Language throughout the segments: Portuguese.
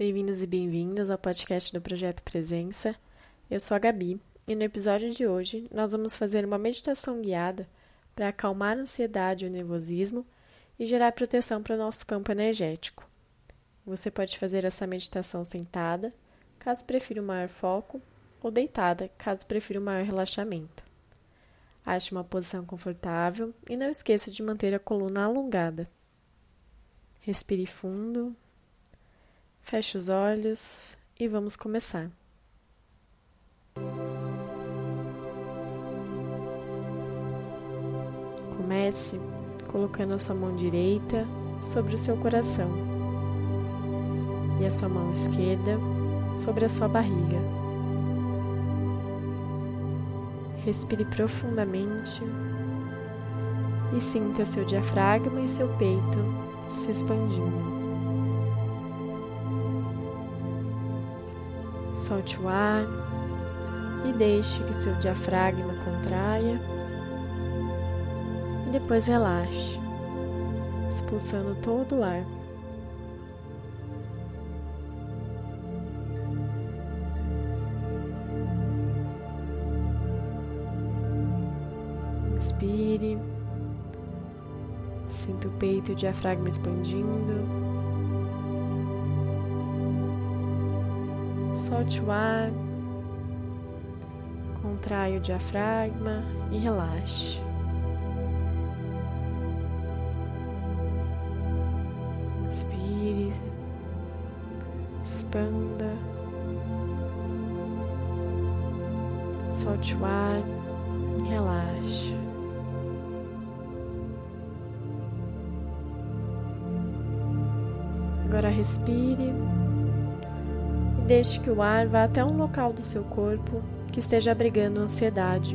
Bem-vindos e bem-vindas ao podcast do Projeto Presença. Eu sou a Gabi e no episódio de hoje nós vamos fazer uma meditação guiada para acalmar a ansiedade e o nervosismo e gerar proteção para o nosso campo energético. Você pode fazer essa meditação sentada, caso prefira um maior foco, ou deitada, caso prefira um maior relaxamento. Ache uma posição confortável e não esqueça de manter a coluna alongada. Respire fundo. Feche os olhos e vamos começar. Comece colocando a sua mão direita sobre o seu coração e a sua mão esquerda sobre a sua barriga. Respire profundamente e sinta seu diafragma e seu peito se expandindo. Solte o ar e deixe que seu diafragma contraia e depois relaxe, expulsando todo o ar. Inspire, sinta o peito e o diafragma expandindo. Solte o ar, contrai o diafragma e relaxe. Inspire, expanda, solte o ar e relaxe. Agora respire. Deixe que o ar vá até um local do seu corpo que esteja abrigando ansiedade.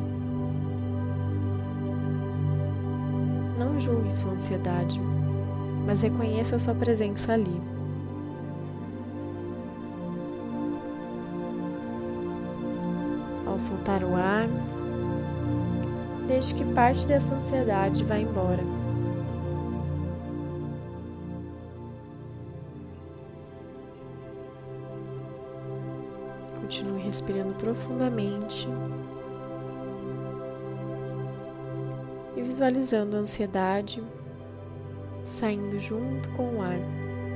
Não julgue sua ansiedade, mas reconheça a sua presença ali. Ao soltar o ar, deixe que parte dessa ansiedade vá embora. Continue respirando profundamente e visualizando a ansiedade saindo junto com o ar.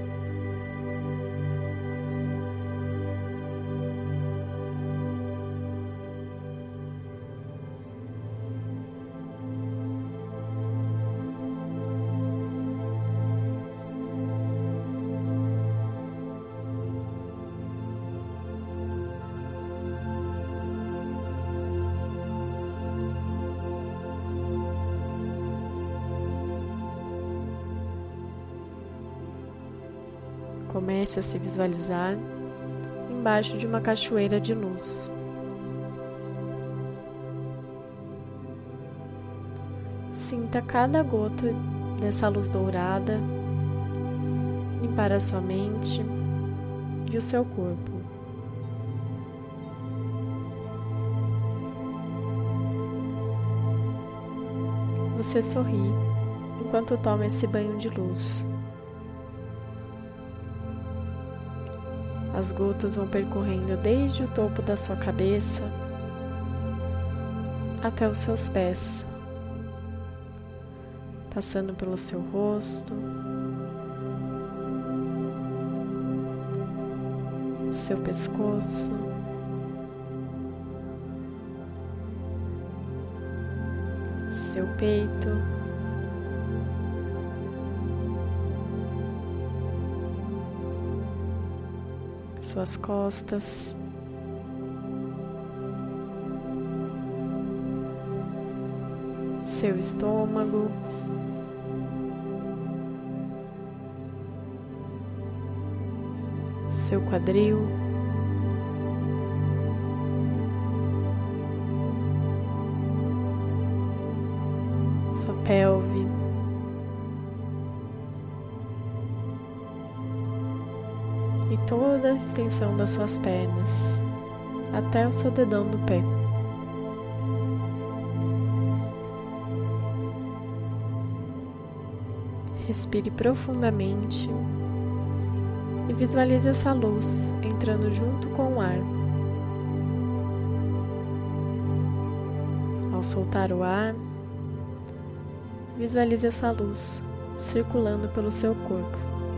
Comece a se visualizar embaixo de uma cachoeira de luz. Sinta cada gota dessa luz dourada limpar a sua mente e o seu corpo. Você sorri enquanto toma esse banho de luz. As gotas vão percorrendo desde o topo da sua cabeça até os seus pés, passando pelo seu rosto, seu pescoço, seu peito, suas costas, seu estômago, seu quadril, sua pelve, e toda a extensão das suas pernas, até o seu dedão do pé. Respire profundamente e visualize essa luz entrando junto com o ar. Ao soltar o ar, visualize essa luz circulando pelo seu corpo.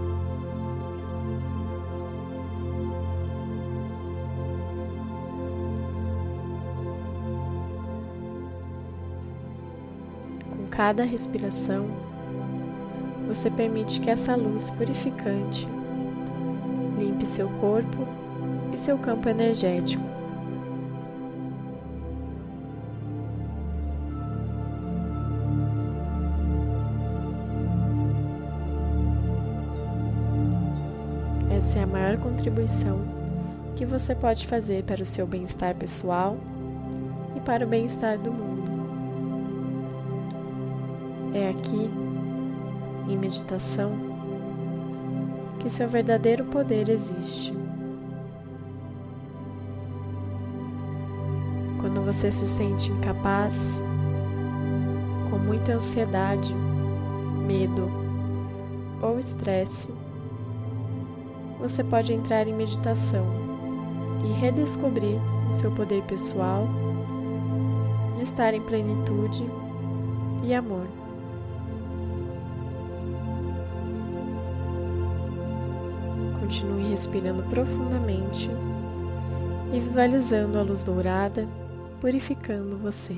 Com cada respiração, você permite que essa luz purificante limpe seu corpo e seu campo energético. Essa é a maior contribuição que você pode fazer para o seu bem-estar pessoal e para o bem-estar do mundo. É aqui, em meditação, que seu verdadeiro poder existe. Quando você se sente incapaz, com muita ansiedade, medo ou estresse, você pode entrar em meditação e redescobrir o seu poder pessoal de estar em plenitude e amor. Continue respirando profundamente e visualizando a luz dourada purificando você.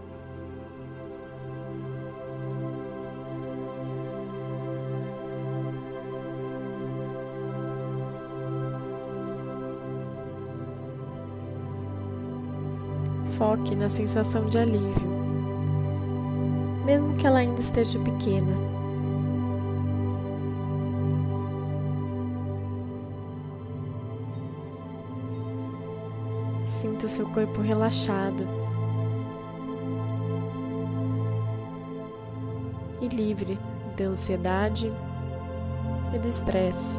Foque na sensação de alívio, mesmo que ela ainda esteja pequena. Sinta o seu corpo relaxado e livre da ansiedade e do estresse.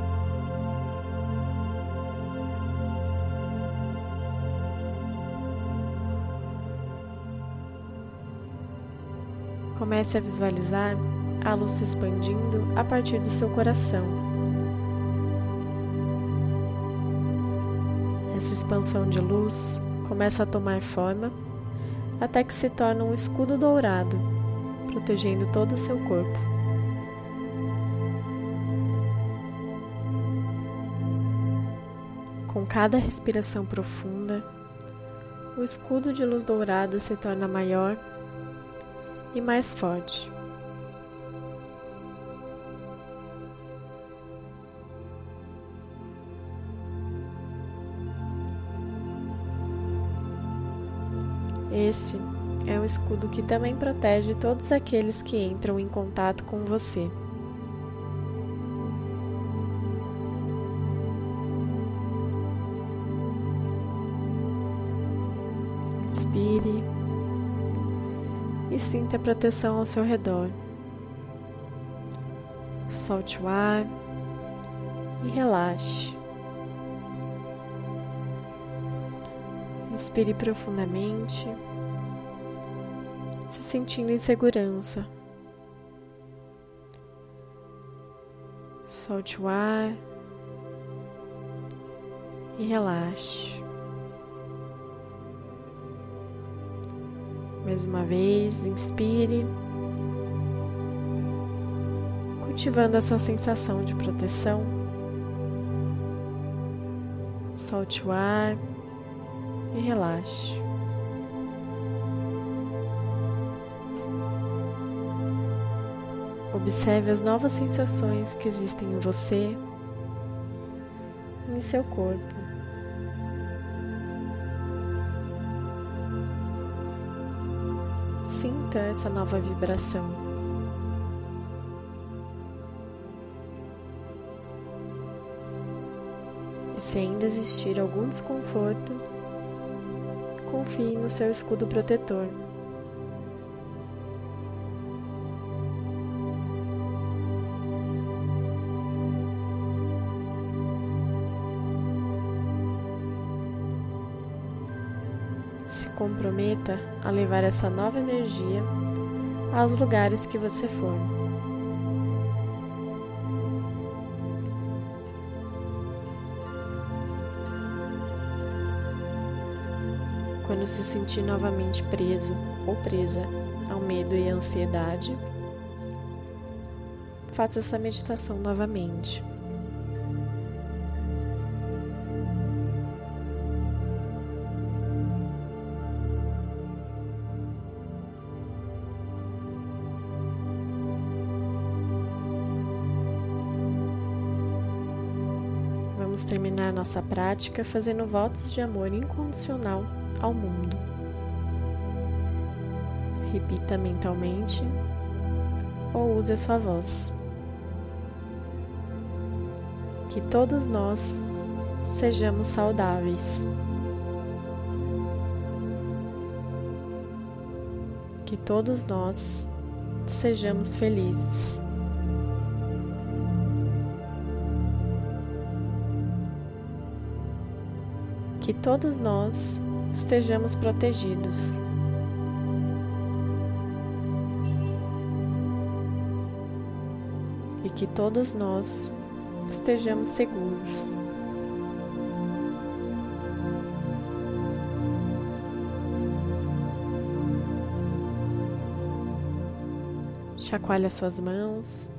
Comece a visualizar a luz se expandindo a partir do seu coração. Essa expansão de luz começa a tomar forma até que se torna um escudo dourado, protegendo todo o seu corpo. Com cada respiração profunda, o escudo de luz dourada se torna maior e mais forte. Esse é um escudo que também protege todos aqueles que entram em contato com você. Inspire e sinta a proteção ao seu redor. Solte o ar e relaxe. Inspire profundamente, se sentindo em segurança. Solte o ar e relaxe. Mais uma vez, inspire, cultivando essa sensação de proteção. Solte o ar e relaxe. Observe as novas sensações que existem em você e em seu corpo. Sinta essa nova vibração. E se ainda existir algum desconforto, confie no seu escudo protetor. Se comprometa a levar essa nova energia aos lugares que você for. Quando se sentir novamente preso ou presa ao medo e à ansiedade, faça essa meditação novamente. Vamos terminar nossa prática fazendo votos de amor incondicional ao mundo. Repita mentalmente ou use a sua voz. Que todos nós sejamos saudáveis. Que todos nós sejamos felizes. Que todos nós estejamos protegidos. E que todos nós estejamos seguros. Chacoalhe as suas mãos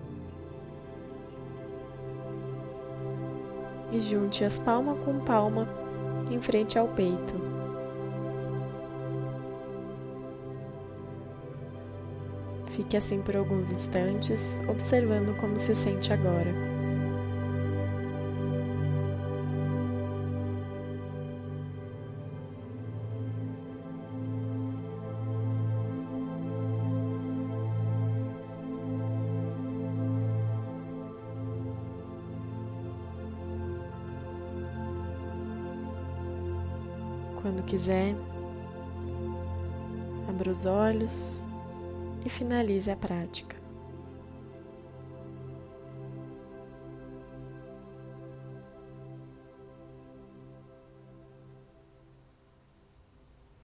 e junte-as palma com palma em frente ao peito. Fique assim por alguns instantes, observando como se sente agora. Quando quiser, abra os olhos e finalize a prática.